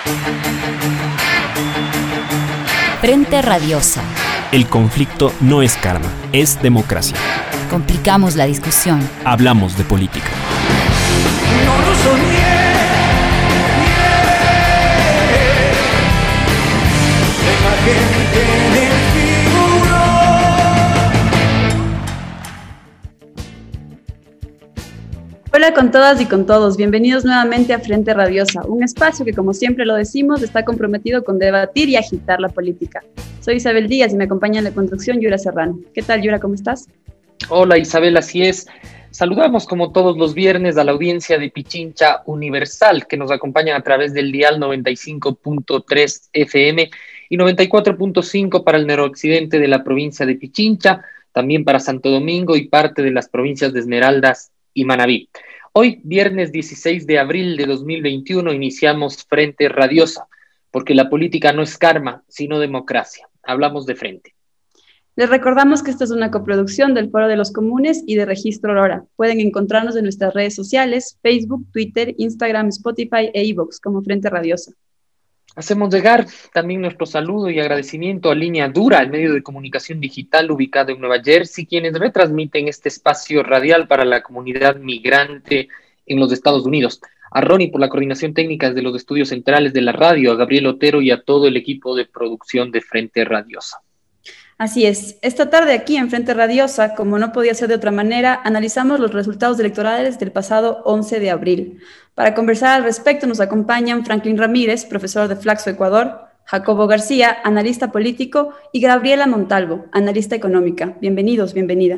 Frente Radiosa. El conflicto no es karma, es democracia. Complicamos la discusión. Hablamos de política. No lo soñé. Deja gente en el figurón. Hola con todas y con todos, bienvenidos nuevamente a Frente Radiosa, un espacio que, como siempre lo decimos, está comprometido con debatir y agitar la política. Soy Isabel Díaz y me acompaña en la conducción Yura Serrano. ¿Qué tal, Yura? ¿Cómo estás? Hola Isabel, así es. Saludamos como todos los viernes a la audiencia de Pichincha Universal que nos acompañan a través del dial 95.3 FM y 94.5 para el noroccidente de la provincia de Pichincha, también para Santo Domingo y parte de las provincias de Esmeraldas y Manabí. Hoy, viernes 16 de abril de 2021, iniciamos Frente Radiosa, porque la política no es karma, sino democracia. Hablamos de frente. Les recordamos que esta es una coproducción del Foro de los Comunes y de Registro Aurora. Pueden encontrarnos en nuestras redes sociales, Facebook, Twitter, Instagram, Spotify e iVoox como Frente Radiosa. Hacemos llegar también nuestro saludo y agradecimiento a Línea Dura, el medio de comunicación digital ubicado en Nueva Jersey, quienes retransmiten este espacio radial para la comunidad migrante en los Estados Unidos. A Ronnie por la coordinación técnica desde los estudios centrales de la radio, a Gabriel Otero y a todo el equipo de producción de Frente Radiosa. Así es, esta tarde aquí en Frente Radiosa, como no podía ser de otra manera, analizamos los resultados electorales del pasado 11 de abril. Para conversar al respecto nos acompañan Franklin Ramírez, profesor de Flaxo Ecuador, Jacobo García, analista político, y Gabriela Montalvo, analista económica. Bienvenidos, bienvenida.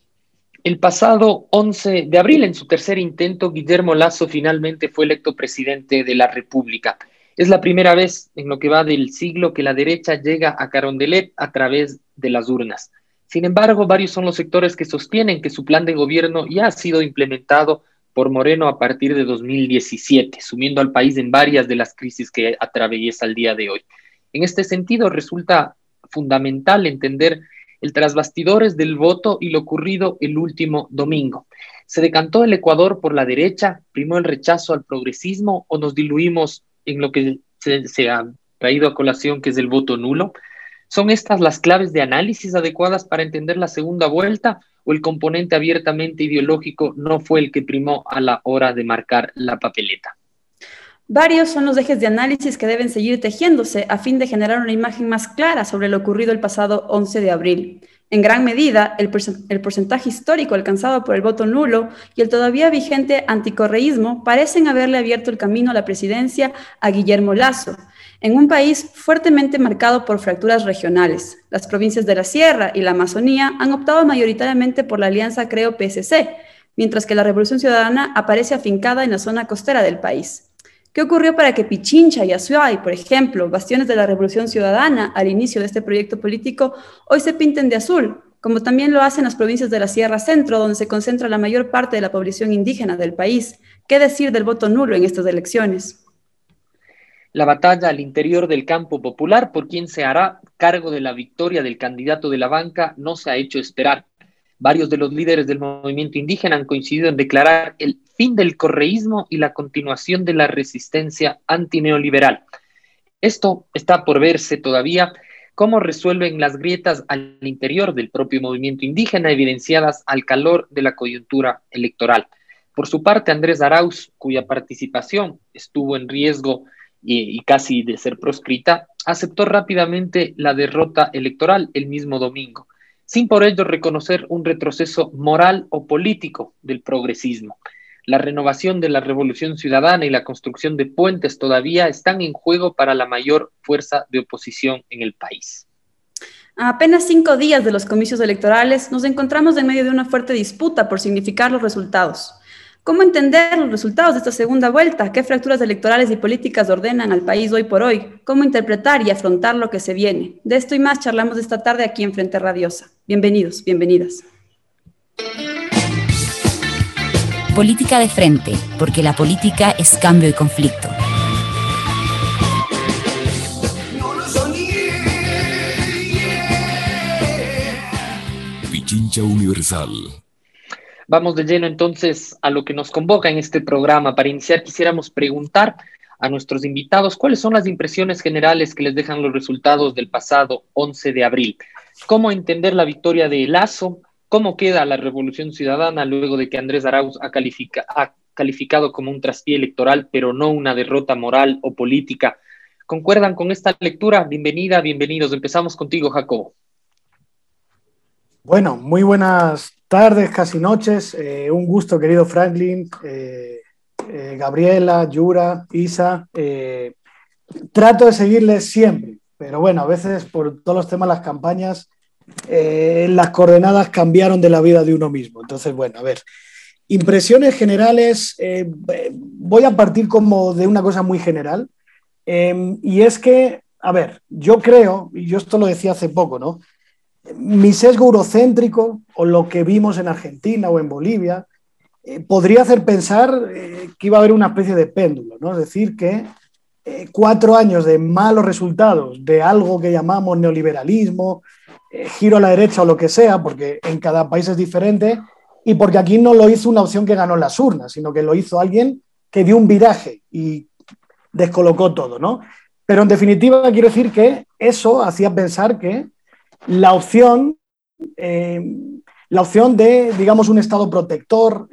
El pasado 11 de abril, en su tercer intento, Guillermo Lasso finalmente fue electo presidente de la República. Es la primera vez en lo que va del siglo que la derecha llega a Carondelet a través de las urnas. Sin embargo, varios son los sectores que sostienen que su plan de gobierno ya ha sido implementado por Moreno a partir de 2017, sumiendo al país en varias de las crisis que atraviesa el día de hoy. En este sentido, resulta fundamental entender el trasbastidores del voto y lo ocurrido el último domingo. ¿Se decantó el Ecuador por la derecha? ¿Primó el rechazo al progresismo o nos diluimos en lo que se ha traído a colación, que es el voto nulo? ¿Son estas las claves de análisis adecuadas para entender la segunda vuelta o el componente abiertamente ideológico no fue el que primó a la hora de marcar la papeleta? Varios son los ejes de análisis que deben seguir tejiéndose a fin de generar una imagen más clara sobre lo ocurrido el pasado 11 de abril. En gran medida, el porcentaje histórico alcanzado por el voto nulo y el todavía vigente anticorreísmo parecen haberle abierto el camino a la presidencia a Guillermo Lasso, en un país fuertemente marcado por fracturas regionales. Las provincias de la Sierra y la Amazonía han optado mayoritariamente por la alianza Creo-PSC, mientras que la Revolución Ciudadana aparece afincada en la zona costera del país. ¿Qué ocurrió para que Pichincha y Azuay, por ejemplo, bastiones de la Revolución Ciudadana al inicio de este proyecto político, hoy se pinten de azul, como también lo hacen las provincias de la Sierra Centro, donde se concentra la mayor parte de la población indígena del país? ¿Qué decir del voto nulo en estas elecciones? La batalla al interior del campo popular por quien se hará cargo de la victoria del candidato de la banca no se ha hecho esperar. Varios de los líderes del movimiento indígena han coincidido en declarar el fin del correísmo y la continuación de la resistencia antineoliberal. Esto está por verse todavía cómo resuelven las grietas al interior del propio movimiento indígena evidenciadas al calor de la coyuntura electoral. Por su parte, Andrés Arauz, cuya participación estuvo en riesgo y casi de ser proscrita, aceptó rápidamente la derrota electoral el mismo domingo, sin por ello reconocer un retroceso moral o político del progresismo. La renovación de la Revolución Ciudadana y la construcción de puentes todavía están en juego para la mayor fuerza de oposición en el país. A apenas 5 días de los comicios electorales, nos encontramos en medio de una fuerte disputa por significar los resultados. ¿Cómo entender los resultados de esta segunda vuelta? ¿Qué fracturas electorales y políticas ordenan al país hoy por hoy? ¿Cómo interpretar y afrontar lo que se viene? De esto y más charlamos esta tarde aquí en Frente Radiosa. Bienvenidos, bienvenidas. Política de frente, porque la política es cambio y conflicto. Pichincha Universal. Vamos de lleno entonces a lo que nos convoca en este programa. Para iniciar quisiéramos preguntar a nuestros invitados cuáles son las impresiones generales que les dejan los resultados del pasado 11 de abril. ¿Cómo entender la victoria de Lasso? ¿Cómo queda la Revolución Ciudadana luego de que Andrés Arauz ha calificado como un traspié electoral, pero no una derrota moral o política? ¿Concuerdan con esta lectura? Bienvenida, bienvenidos. Empezamos contigo, Jacobo. Bueno, muy buenas tardes, casi noches. Un gusto, querido Franklin, Gabriela, Yura, Isa. Trato de seguirles siempre, pero bueno, a veces por todos los temas, las campañas, las coordenadas cambiaron de la vida de uno mismo. Entonces, bueno, a ver, impresiones generales. Voy a partir como de una cosa muy general, y es que, a ver, yo creo, y yo esto lo decía hace poco, ¿no? Mi sesgo eurocéntrico, o lo que vimos en Argentina o en Bolivia, podría hacer pensar que iba a haber una especie de péndulo, ¿no? Es decir, que 4 años de malos resultados de algo que llamamos neoliberalismo, giro a la derecha o lo que sea, porque en cada país es diferente, y porque aquí no lo hizo una opción que ganó en las urnas, sino que lo hizo alguien que dio un viraje y descolocó todo, ¿no? Pero en definitiva quiero decir que eso hacía pensar que la opción de, digamos, un Estado protector,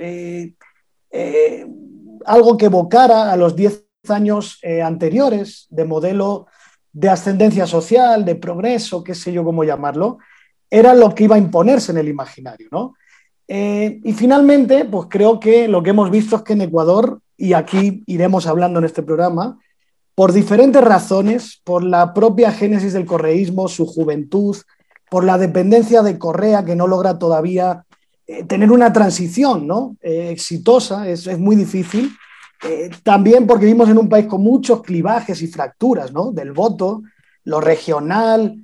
algo que evocara a los 10 años anteriores, de modelo de ascendencia social, de progreso, qué sé yo cómo llamarlo, era lo que iba a imponerse en el imaginario, ¿no? Y finalmente, pues creo que lo que hemos visto es que en Ecuador, y aquí iremos hablando en este programa, por diferentes razones, por la propia génesis del correísmo, su juventud, por la dependencia de Correa, que no logra todavía tener una transición, ¿no? Exitosa, es muy difícil. También porque vivimos en un país con muchos clivajes y fracturas, ¿no? Del voto, lo regional,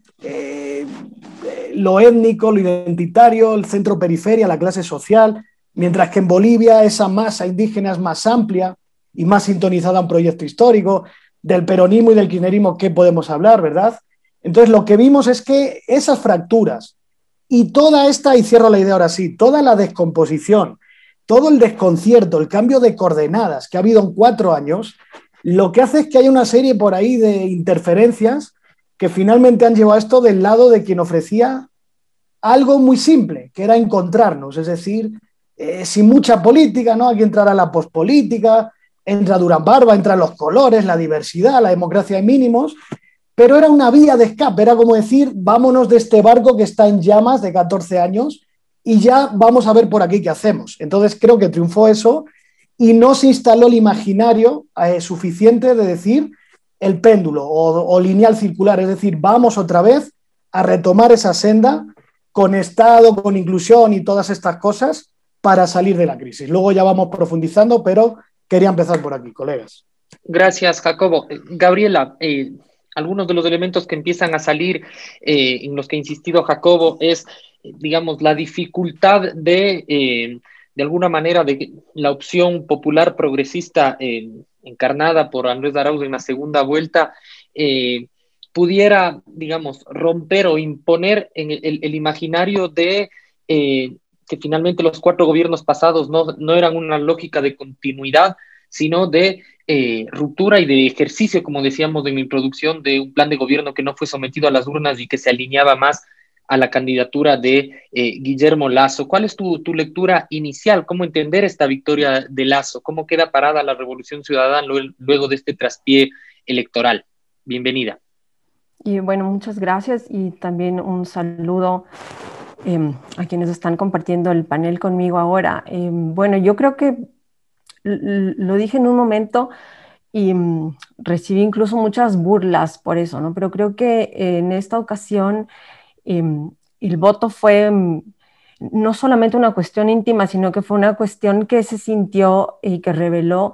lo étnico, lo identitario, el centro-periferia, la clase social, mientras que en Bolivia esa masa indígena es más amplia y más sintonizada a un proyecto histórico. Del peronismo y del kirchnerismo, ¿qué podemos hablar, verdad? Entonces, lo que vimos es que esas fracturas y toda esta, y cierro la idea ahora sí, toda la descomposición, todo el desconcierto, el cambio de coordenadas que ha habido en 4 años, lo que hace es que hay una serie por ahí de interferencias que finalmente han llevado a esto del lado de quien ofrecía algo muy simple, que era encontrarnos, es decir, sin mucha política, ¿no? Aquí entrará la pospolítica, entra Durán Barba, entran los colores, la diversidad, la democracia de mínimos, pero era una vía de escape, era como decir, vámonos de este barco que está en llamas de 14 años y ya vamos a ver por aquí qué hacemos. Entonces creo que triunfó eso y no se instaló el imaginario suficiente de decir el péndulo o lineal circular, es decir, vamos otra vez a retomar esa senda con Estado, con inclusión y todas estas cosas para salir de la crisis. Luego ya vamos profundizando, pero quería empezar por aquí, colegas. Gracias, Jacobo. Gabriela, algunos de los elementos que empiezan a salir, en los que ha insistido Jacobo, es, digamos, la dificultad de alguna manera, de la opción popular progresista encarnada por Andrés Arauz en la segunda vuelta, pudiera, digamos, romper o imponer en el imaginario de que finalmente los 4 gobiernos pasados no eran una lógica de continuidad, sino de ruptura y de ejercicio, como decíamos en mi introducción, de un plan de gobierno que no fue sometido a las urnas y que se alineaba más a la candidatura de Guillermo Lasso. ¿Cuál es tu lectura inicial? ¿Cómo entender esta victoria de Lasso? ¿Cómo queda parada la Revolución Ciudadana luego de este traspié electoral? Bienvenida. Y bueno, muchas gracias y también un saludo a quienes están compartiendo el panel conmigo ahora. Bueno, yo creo que lo dije en un momento y recibí incluso muchas burlas por eso, ¿no? Pero creo que en esta ocasión el voto fue no solamente una cuestión íntima, sino que fue una cuestión que se sintió y que reveló,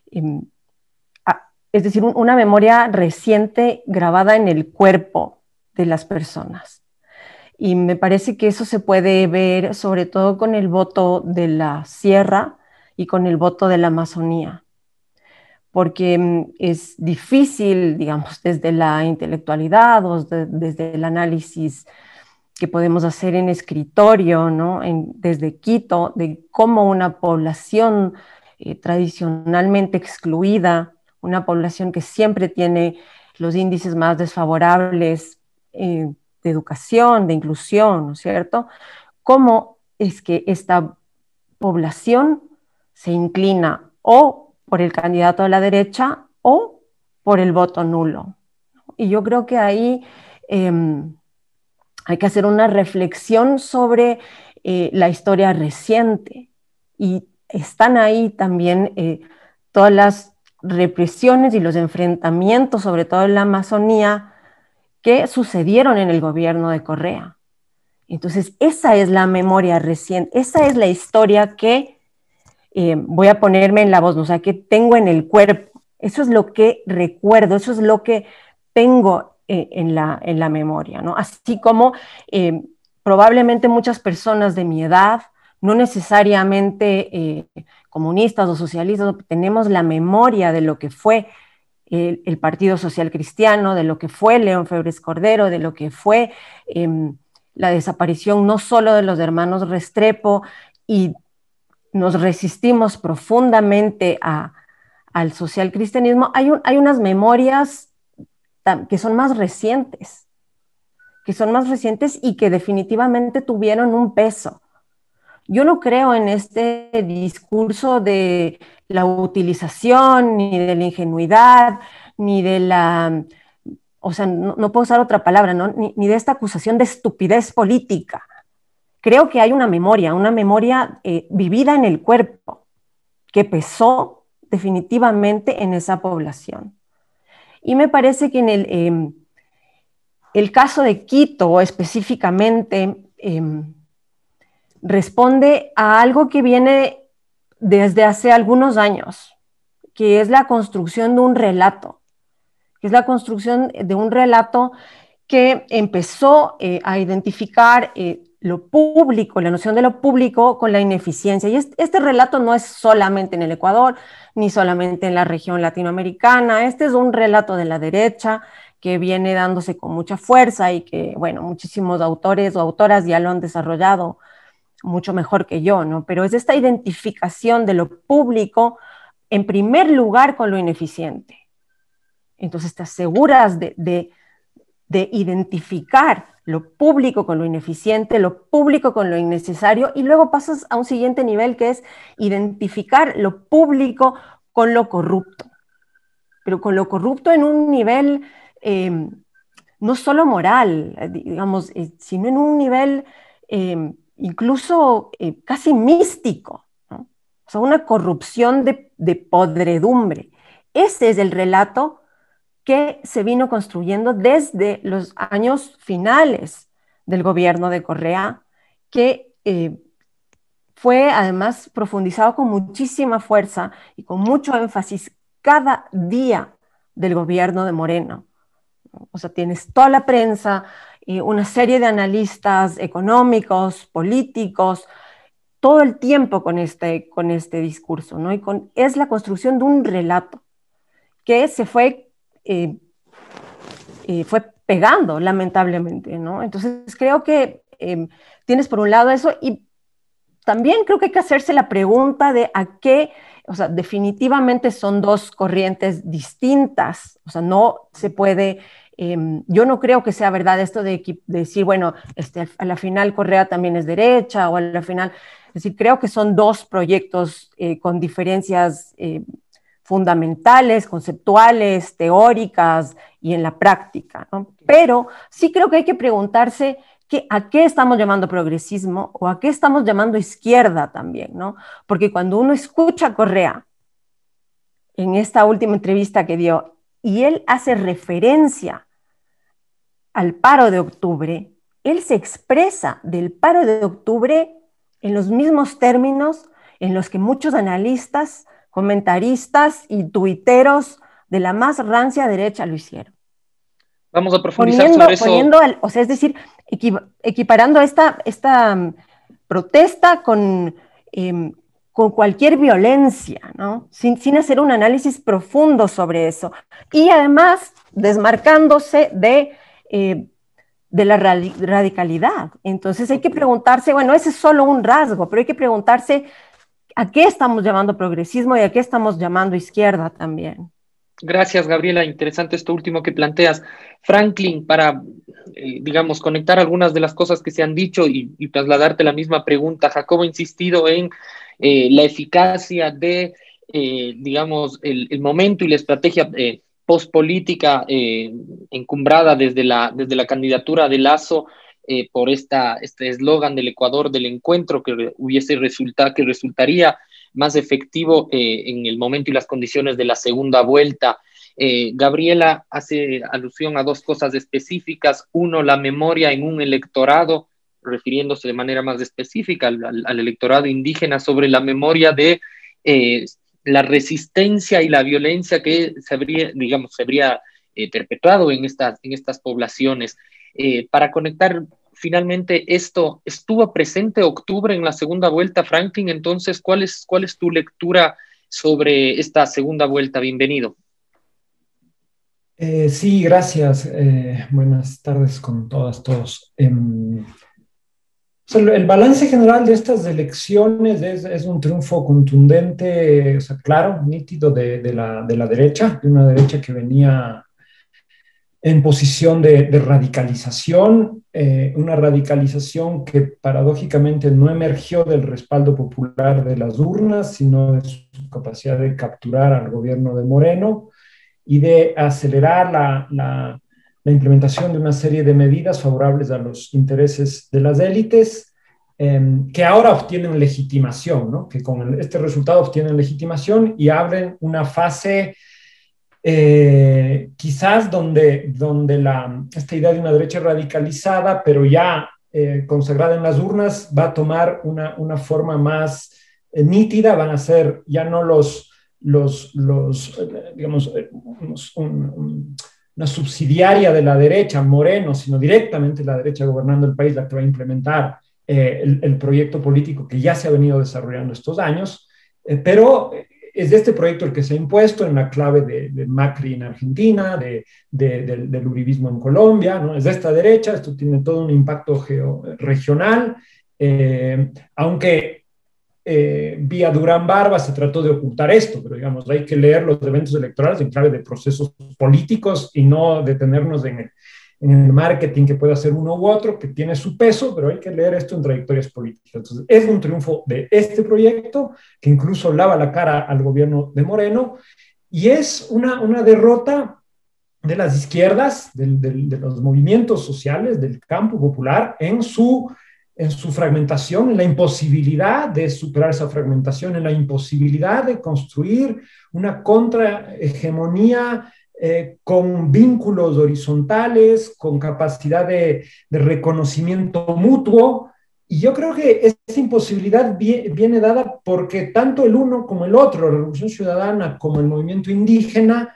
es decir, una memoria reciente grabada en el cuerpo de las personas. Y me parece que eso se puede ver sobre todo con el voto de la Sierra y con el voto de la Amazonía, porque es difícil, digamos, desde la intelectualidad o desde el análisis que podemos hacer en escritorio, ¿no? Desde Quito, de cómo una población tradicionalmente excluida, una población que siempre tiene los índices más desfavorables de educación, de inclusión, ¿no es cierto? ¿Cómo es que esta población se inclina o por el candidato de la derecha o por el voto nulo? Y yo creo que ahí hay que hacer una reflexión sobre la historia reciente, y están ahí también todas las represiones y los enfrentamientos, sobre todo en la Amazonía, que sucedieron en el gobierno de Correa. Entonces, esa es la memoria reciente, esa es la historia que voy a ponerme en la voz, ¿no? O sea, que tengo en el cuerpo. Eso es lo que recuerdo, eso es lo que tengo en la memoria, ¿no? Así como probablemente muchas personas de mi edad, no necesariamente comunistas o socialistas, tenemos la memoria de lo que fue el Partido Social Cristiano, de lo que fue León Febres Cordero, de lo que fue la desaparición no solo de los hermanos Restrepo, y nos resistimos profundamente al socialcristianismo. Hay unas memorias que son más recientes, y que definitivamente tuvieron un peso. Yo no creo en este discurso de la utilización, ni de la ingenuidad, ni de la, o sea, no puedo usar otra palabra, ¿no? Ni de esta acusación de estupidez política. Creo que hay una memoria vivida en el cuerpo, que pesó definitivamente en esa población. Y me parece que en el caso de Quito específicamente responde a algo que viene desde hace algunos años, que es la construcción de un relato, que empezó a identificar lo público, la noción de lo público con la ineficiencia. Y este relato no es solamente en el Ecuador, ni solamente en la región latinoamericana. Este es un relato de la derecha que viene dándose con mucha fuerza y que, bueno, muchísimos autores o autoras ya lo han desarrollado mucho mejor que yo, ¿no? Pero es esta identificación de lo público en primer lugar con lo ineficiente. Entonces te aseguras de identificar lo público con lo ineficiente, lo público con lo innecesario, y luego pasas a un siguiente nivel, que es identificar lo público con lo corrupto, pero con lo corrupto en un nivel no solo moral, digamos, sino en un nivel incluso casi místico, ¿no? O sea, una corrupción de podredumbre. Ese es el relato que se vino construyendo desde los años finales del gobierno de Correa, que fue además profundizado con muchísima fuerza y con mucho énfasis cada día del gobierno de Moreno. O sea, tienes toda la prensa, una serie de analistas económicos, políticos, todo el tiempo con este discurso, ¿no? Es la construcción de un relato que se fue pegando, lamentablemente, ¿no? Entonces creo que tienes por un lado eso, y también creo que hay que hacerse la pregunta de a qué, o sea, definitivamente son dos corrientes distintas, o sea, no se puede, yo no creo que sea verdad esto de decir, bueno, a la final Correa también es derecha, o a la final, es decir, creo que son dos proyectos con diferencias fundamentales, conceptuales, teóricas y en la práctica, ¿no? Pero sí creo que hay que preguntarse a qué estamos llamando progresismo o a qué estamos llamando izquierda también, ¿no? Porque cuando uno escucha a Correa en esta última entrevista que dio y él hace referencia al paro de octubre, él se expresa del paro de octubre en los mismos términos en los que muchos analistas, comentaristas y tuiteros de la más rancia derecha lo hicieron. Vamos a profundizar sobre eso. O sea, es decir, equiparando esta protesta con cualquier violencia, ¿no? Sin hacer un análisis profundo sobre eso. Y además desmarcándose de la radicalidad. Entonces hay que preguntarse, bueno, ese es solo un rasgo, pero hay que preguntarse a qué estamos llamando progresismo y a qué estamos llamando izquierda también. Gracias, Gabriela. Interesante esto último que planteas. Franklin, para, digamos, conectar algunas de las cosas que se han dicho y trasladarte la misma pregunta, Jacobo ha insistido en la eficacia de, digamos, el momento y la estrategia postpolítica encumbrada desde la candidatura de Lasso por este eslogan del Ecuador del encuentro que resultaría más efectivo en el momento y las condiciones de la segunda vuelta. Gabriela hace alusión a dos cosas específicas. Uno, la memoria en un electorado, refiriéndose de manera más específica al electorado indígena, sobre la memoria de la resistencia y la violencia que se habría perpetuado en estas poblaciones. Para conectar finalmente esto, ¿estuvo presente octubre en la segunda vuelta, Franklin? Entonces, ¿cuál es tu lectura sobre esta segunda vuelta? Bienvenido. Sí, gracias. Buenas tardes con todas, todos. O sea, el balance general de estas elecciones es un triunfo contundente, o sea, claro, nítido de la derecha, de una derecha que venía en posición de radicalización, una radicalización que paradójicamente no emergió del respaldo popular de las urnas, sino de su capacidad de capturar al gobierno de Moreno y de acelerar la implementación de una serie de medidas favorables a los intereses de las élites, que ahora obtienen legitimación, ¿no? Que con este resultado obtienen legitimación y abren una fase quizás donde esta idea de una derecha radicalizada, pero ya consagrada en las urnas, va a tomar una forma más nítida. Van a ser ya no digamos, una subsidiaria de la derecha, Moreno, sino directamente la derecha gobernando el país la que va a implementar el proyecto político que ya se ha venido desarrollando estos años, pero es este proyecto el que se ha impuesto en la clave de Macri en Argentina, del uribismo en Colombia, ¿no? Es de esta derecha, esto tiene todo un impacto regional, aunque vía Durán Barba se trató de ocultar esto, pero digamos, hay que leer los eventos electorales en clave de procesos políticos y no detenernos en el marketing que puede hacer uno u otro, que tiene su peso, pero hay que leer esto en trayectorias políticas. Entonces, es un triunfo de este proyecto que incluso lava la cara al gobierno de Moreno y es una derrota de las izquierdas, de los movimientos sociales, del campo popular en su fragmentación, en la imposibilidad de superar esa fragmentación, en la imposibilidad de construir una contrahegemonía con vínculos horizontales, con capacidad de reconocimiento mutuo. Y yo creo que esa imposibilidad viene dada porque tanto el uno como el otro, la Revolución Ciudadana como el movimiento indígena,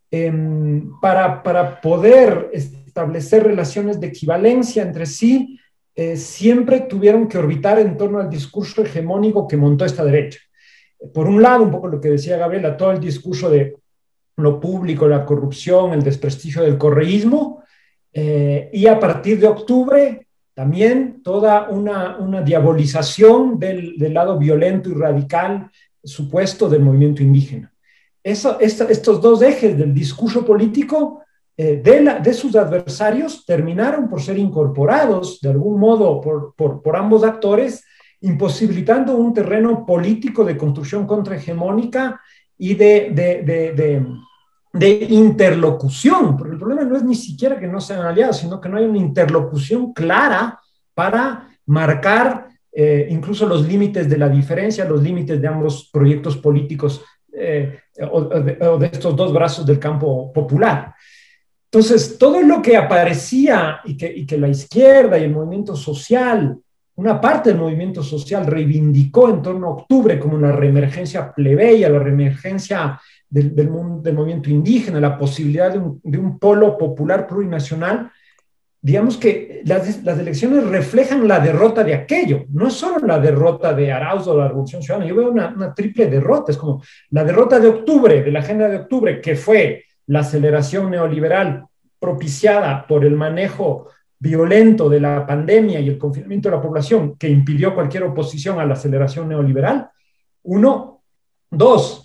para poder establecer relaciones de equivalencia entre sí, siempre tuvieron que orbitar en torno al discurso hegemónico que montó esta derecha. Por un lado, un poco lo que decía Gabriela, todo el discurso de lo público, la corrupción, el desprestigio del correísmo, y a partir de octubre también toda una diabolización del lado violento y radical supuesto del movimiento indígena. Estos dos ejes del discurso político de sus adversarios terminaron por ser incorporados de algún modo por ambos actores, imposibilitando un terreno político de construcción contrahegemónica y de interlocución, porque el problema no es ni siquiera que no sean aliados, sino que no hay una interlocución clara para marcar incluso los límites de la diferencia, los límites de ambos proyectos políticos o de estos dos brazos del campo popular. Entonces, todo lo que aparecía y que la izquierda y el movimiento social, una parte del movimiento social reivindicó en torno a octubre como una reemergencia plebeya, la reemergencia del movimiento indígena, la posibilidad de un polo popular plurinacional, digamos que las elecciones reflejan la derrota de aquello. No es solo la derrota de Arauz o la Revolución Ciudadana, yo veo una triple derrota. Es como la derrota de octubre, de la agenda de octubre, que fue la aceleración neoliberal propiciada por el manejo violento de la pandemia y el confinamiento de la población, que impidió cualquier oposición a la aceleración neoliberal. Uno. Dos,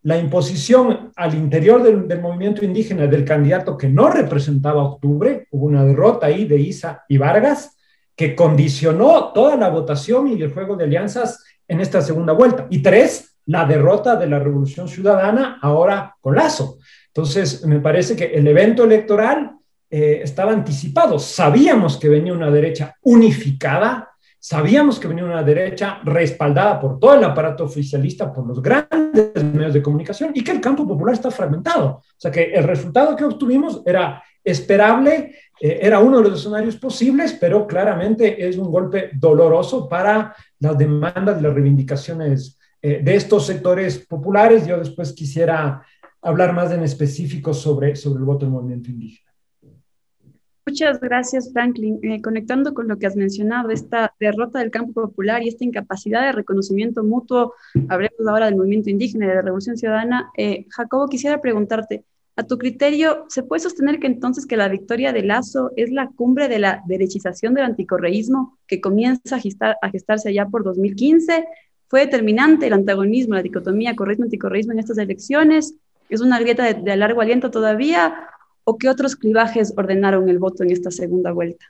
la imposición al interior del movimiento indígena del candidato que no representaba Octubre, hubo una derrota ahí de Issa y Vargas, que condicionó toda la votación y el juego de alianzas en esta segunda vuelta. Y tres, la derrota de la Revolución Ciudadana ahora con Lasso. Entonces, me parece que el evento electoral estaba anticipado. Sabíamos que venía una derecha unificada, sabíamos que venía una derecha respaldada por todo el aparato oficialista, por los grandes medios de comunicación, y que el campo popular está fragmentado. O sea que el resultado que obtuvimos era esperable, era uno de los escenarios posibles, pero claramente es un golpe doloroso para las demandas, las reivindicaciones de estos sectores populares. Yo después quisiera hablar más en específico sobre el voto del movimiento indígena. Muchas gracias, Franklin. Conectando con lo que has mencionado, esta derrota del campo popular y esta incapacidad de reconocimiento mutuo, hablemos ahora del movimiento indígena y de la Revolución Ciudadana. Jacobo, quisiera preguntarte, a tu criterio, ¿se puede sostener que entonces que la victoria de Lasso es la cumbre de la derechización del anticorreísmo que comienza a gestarse allá por 2015? ¿Fue determinante el antagonismo, la dicotomía correísmo-anticorreísmo en estas elecciones? ¿Es una grieta de largo aliento todavía? ¿O qué otros clivajes ordenaron el voto en esta segunda vuelta?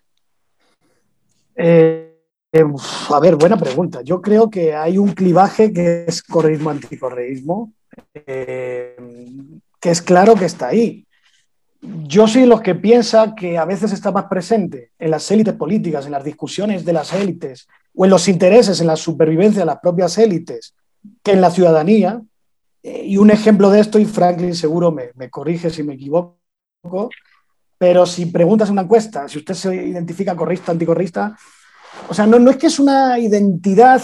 A ver, buena pregunta. Yo creo que hay un clivaje que es correísmo-anticorreísmo, que es claro que está ahí. Yo soy de los que piensa que a veces está más presente en las élites políticas, en las discusiones de las élites, o en los intereses, en la supervivencia de las propias élites, que en la ciudadanía. Y un ejemplo de esto, y Franklin seguro me corrige si me equivoco, pero si preguntas en una encuesta, si usted se identifica correísta, anticorreísta, o sea, no es que es una identidad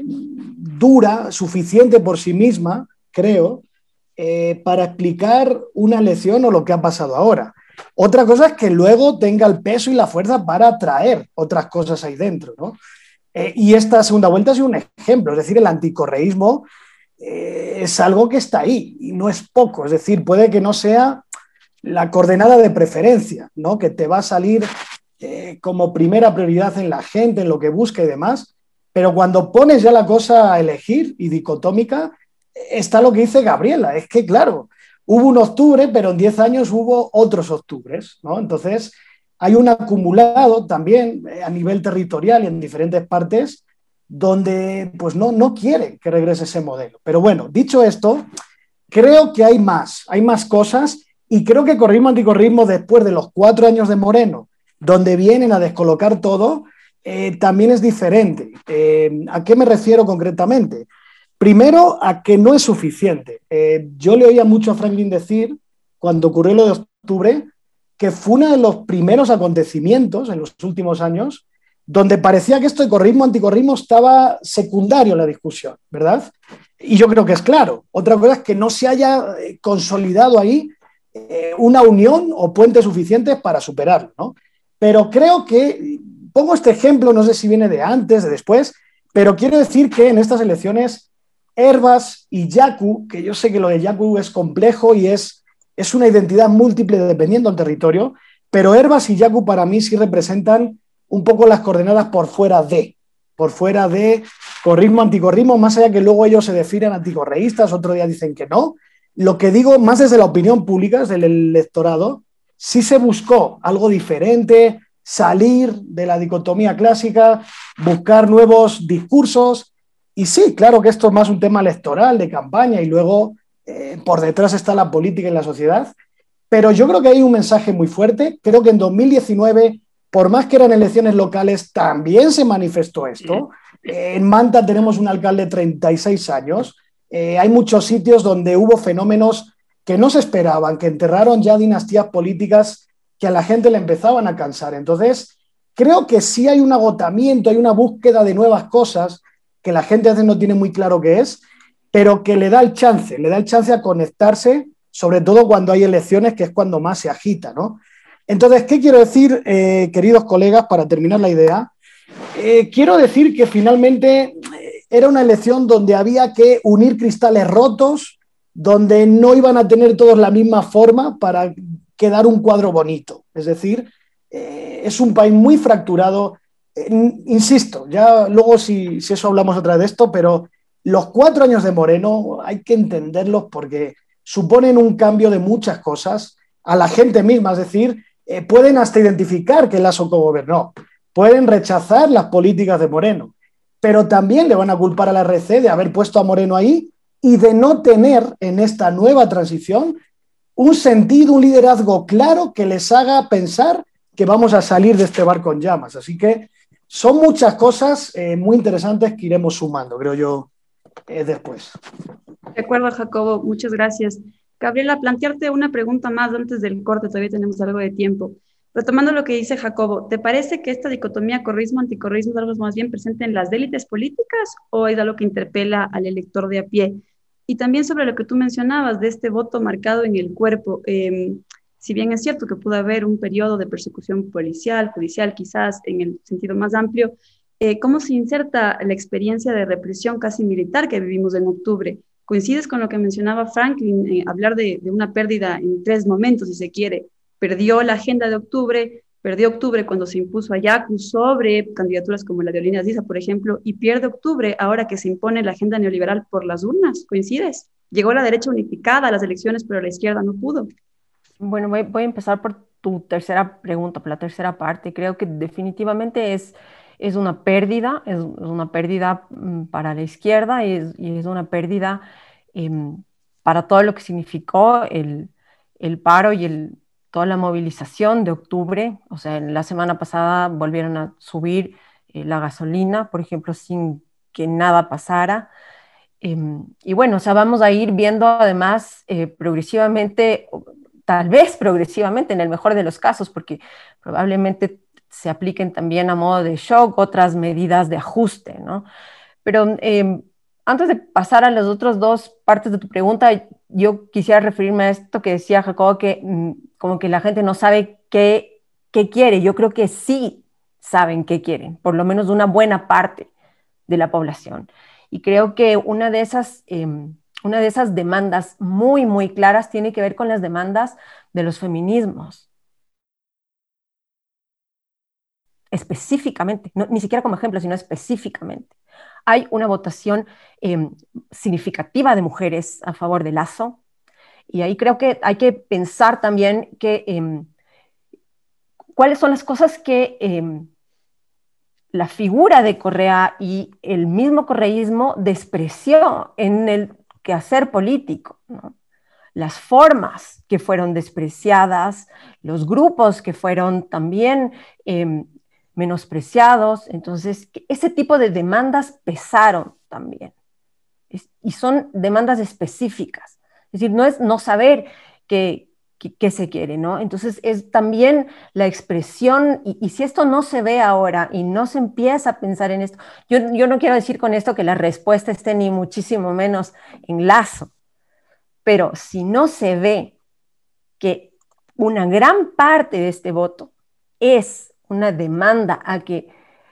dura, suficiente por sí misma, creo, para explicar una elección o lo que ha pasado ahora. Otra cosa es que luego tenga el peso y la fuerza para atraer otras cosas ahí dentro, ¿no? Y esta segunda vuelta ha sido un ejemplo, es decir, el anticorreísmo es algo que está ahí y no es poco, es decir, puede que no sea la coordenada de preferencia, ¿no? Que te va a salir como primera prioridad en la gente, en lo que busca y demás, pero cuando pones ya la cosa a elegir y dicotómica, está lo que dice Gabriela, es que claro, hubo un octubre, pero en 10 años hubo otros octubres, ¿no? Entonces hay un acumulado también a nivel territorial y en diferentes partes donde pues no quiere que regrese ese modelo. Pero bueno, dicho esto, creo que hay más cosas. Y creo que correísmo-anticorreísmo, después de los 4 años de Moreno, donde vienen a descolocar todo, también es diferente. ¿A qué me refiero concretamente? Primero, a que no es suficiente. Yo le oía mucho a Franklin decir, cuando ocurrió lo de octubre, que fue uno de los primeros acontecimientos en los últimos años donde parecía que esto de correísmo-anticorreísmo estaba secundario en la discusión, ¿verdad? Y yo creo que es claro. Otra cosa es que no se haya consolidado ahí una unión o puentes suficientes para superarlo, ¿no? Pero creo que, pongo este ejemplo, no sé si viene de antes, de después, pero quiero decir que en estas elecciones, Hervas y Yaku, que yo sé que lo de Yaku es complejo y es una identidad múltiple dependiendo del territorio, pero Hervas y Yaku para mí sí representan un poco las coordenadas por fuera de correísmo, anticorreísmo, más allá que luego ellos se definen anticorreístas, otro día dicen que no. Lo que digo, más desde la opinión pública, desde el electorado, sí se buscó algo diferente, salir de la dicotomía clásica, buscar nuevos discursos. Y sí, claro que esto es más un tema electoral, de campaña, y luego por detrás está la política y la sociedad. Pero yo creo que hay un mensaje muy fuerte. Creo que en 2019, por más que eran elecciones locales, también se manifestó esto. En Manta tenemos un alcalde de 36 años. Hay muchos sitios donde hubo fenómenos que no se esperaban, que enterraron ya dinastías políticas que a la gente le empezaban a cansar. Entonces, creo que sí hay un agotamiento, hay una búsqueda de nuevas cosas que la gente a veces no tiene muy claro qué es, pero que le da el chance a conectarse, sobre todo cuando hay elecciones, que es cuando más se agita, ¿no? Entonces, ¿qué quiero decir, queridos colegas, para terminar la idea? Quiero decir que finalmente era una elección donde había que unir cristales rotos, donde no iban a tener todos la misma forma para quedar un cuadro bonito. Es decir, es un país muy fracturado. Insisto, ya luego si eso hablamos otra vez de esto, pero los 4 años de Moreno hay que entenderlos porque suponen un cambio de muchas cosas a la gente misma, es decir, pueden hasta identificar que Lasso cogobernó, pueden rechazar las políticas de Moreno, pero también le van a culpar a la RC de haber puesto a Moreno ahí y de no tener en esta nueva transición un sentido, un liderazgo claro que les haga pensar que vamos a salir de este barco en llamas. Así que son muchas cosas muy interesantes que iremos sumando, creo yo, después. De acuerdo, Jacobo, muchas gracias. Gabriela, plantearte una pregunta más antes del corte, todavía tenemos algo de tiempo. Retomando lo que dice Jacobo, ¿te parece que esta dicotomía correísmo-anticorreísmo es algo más bien presente en las élites políticas o es algo que interpela al elector de a pie? Y también sobre lo que tú mencionabas de este voto marcado en el cuerpo, si bien es cierto que pudo haber un periodo de persecución policial, judicial, quizás en el sentido más amplio, ¿cómo se inserta la experiencia de represión casi militar que vivimos en octubre? ¿Coincides con lo que mencionaba Franklin, hablar de una pérdida en 3 momentos, si se quiere? Perdió la agenda de octubre, perdió octubre cuando se impuso a Yacu sobre candidaturas como la de Olina Ziza, por ejemplo, y pierde octubre ahora que se impone la agenda neoliberal por las urnas. ¿Coincides? Llegó la derecha unificada a las elecciones, pero la izquierda no pudo. Bueno, voy a empezar por tu tercera pregunta, por la tercera parte. Creo que definitivamente es una pérdida, es una pérdida para la izquierda y es una pérdida para todo lo que significó el paro y toda la movilización de octubre. O sea, la semana pasada volvieron a subir la gasolina, por ejemplo, sin que nada pasara. Y bueno, o sea, vamos a ir viendo además progresivamente, tal vez progresivamente en el mejor de los casos, porque probablemente se apliquen también a modo de shock otras medidas de ajuste, ¿no? Pero antes de pasar a las otras 2 partes de tu pregunta, yo quisiera referirme a esto que decía Jacobo, que como que la gente no sabe qué quiere. Yo creo que sí saben qué quieren, por lo menos una buena parte de la población. Y creo que una de esas demandas muy, muy claras tiene que ver con las demandas de los feminismos. Específicamente, no, ni siquiera como ejemplo, sino específicamente. Hay una votación significativa de mujeres a favor de Lasso, y ahí creo que hay que pensar también que cuáles son las cosas que la figura de Correa y el mismo correísmo despreció en el quehacer político, ¿no? Las formas que fueron despreciadas, los grupos que fueron también menospreciados. Entonces, ese tipo de demandas pesaron también. Y son demandas específicas. Es decir, no es no saber qué se quiere, ¿no? Entonces, es también la expresión, y si esto no se ve ahora y no se empieza a pensar en esto, yo no quiero decir con esto que la respuesta esté ni muchísimo menos en Lasso, pero si no se ve que una gran parte de este voto es una demanda a que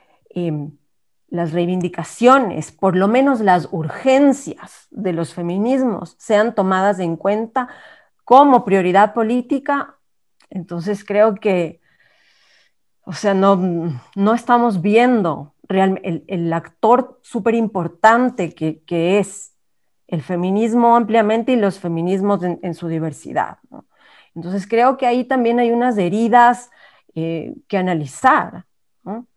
las reivindicaciones, por lo menos las urgencias de los feminismos, sean tomadas en cuenta como prioridad política, entonces creo que, o sea, no estamos viendo el actor súper importante que es el feminismo ampliamente y los feminismos en su diversidad, ¿no? Entonces creo que ahí también hay unas heridas que analizar, ¿no?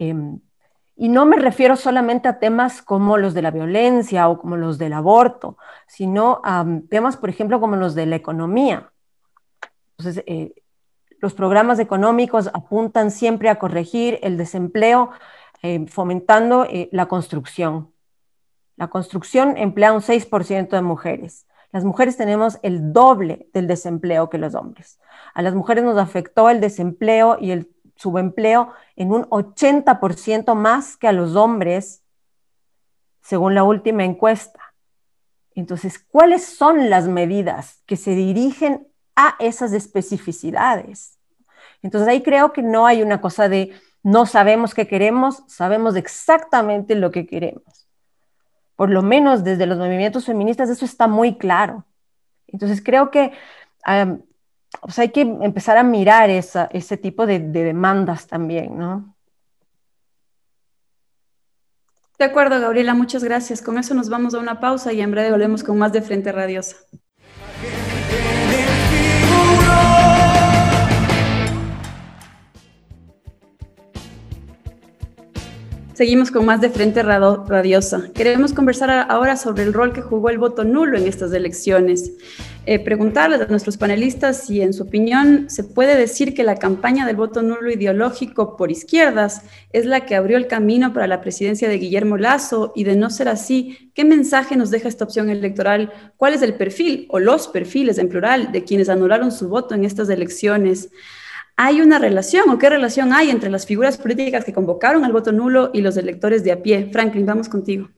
Y no me refiero solamente a temas como los de la violencia o como los del aborto, sino a temas, por ejemplo, como los de la economía. Entonces, los programas económicos apuntan siempre a corregir el desempleo, fomentando la construcción. La construcción emplea un 6% de mujeres. Las mujeres tenemos el doble del desempleo que los hombres. A las mujeres nos afectó el desempleo y el subempleo en un 80% más que a los hombres, según la última encuesta. Entonces, ¿cuáles son las medidas que se dirigen a esas especificidades? Entonces, ahí creo que no hay una cosa de no sabemos qué queremos, sabemos exactamente lo que queremos. Por lo menos desde los movimientos feministas eso está muy claro. Entonces creo que o sea, hay que empezar a mirar ese tipo de demandas también, ¿no? De acuerdo, Gabriela, muchas gracias. Con eso nos vamos a una pausa y en breve volvemos con más de Frente Radiosa. Seguimos con más de Frente Radiosa. Queremos conversar ahora sobre el rol que jugó el voto nulo en estas elecciones. Preguntarles a nuestros panelistas si, en su opinión, se puede decir que la campaña del voto nulo ideológico por izquierdas es la que abrió el camino para la presidencia de Guillermo Lasso, y de no ser así, ¿qué mensaje nos deja esta opción electoral? ¿Cuál es el perfil o los perfiles en plural de quienes anularon su voto en estas elecciones? ¿Hay una relación o qué relación hay entre las figuras políticas que convocaron al voto nulo y los electores de a pie? Franklin, vamos contigo.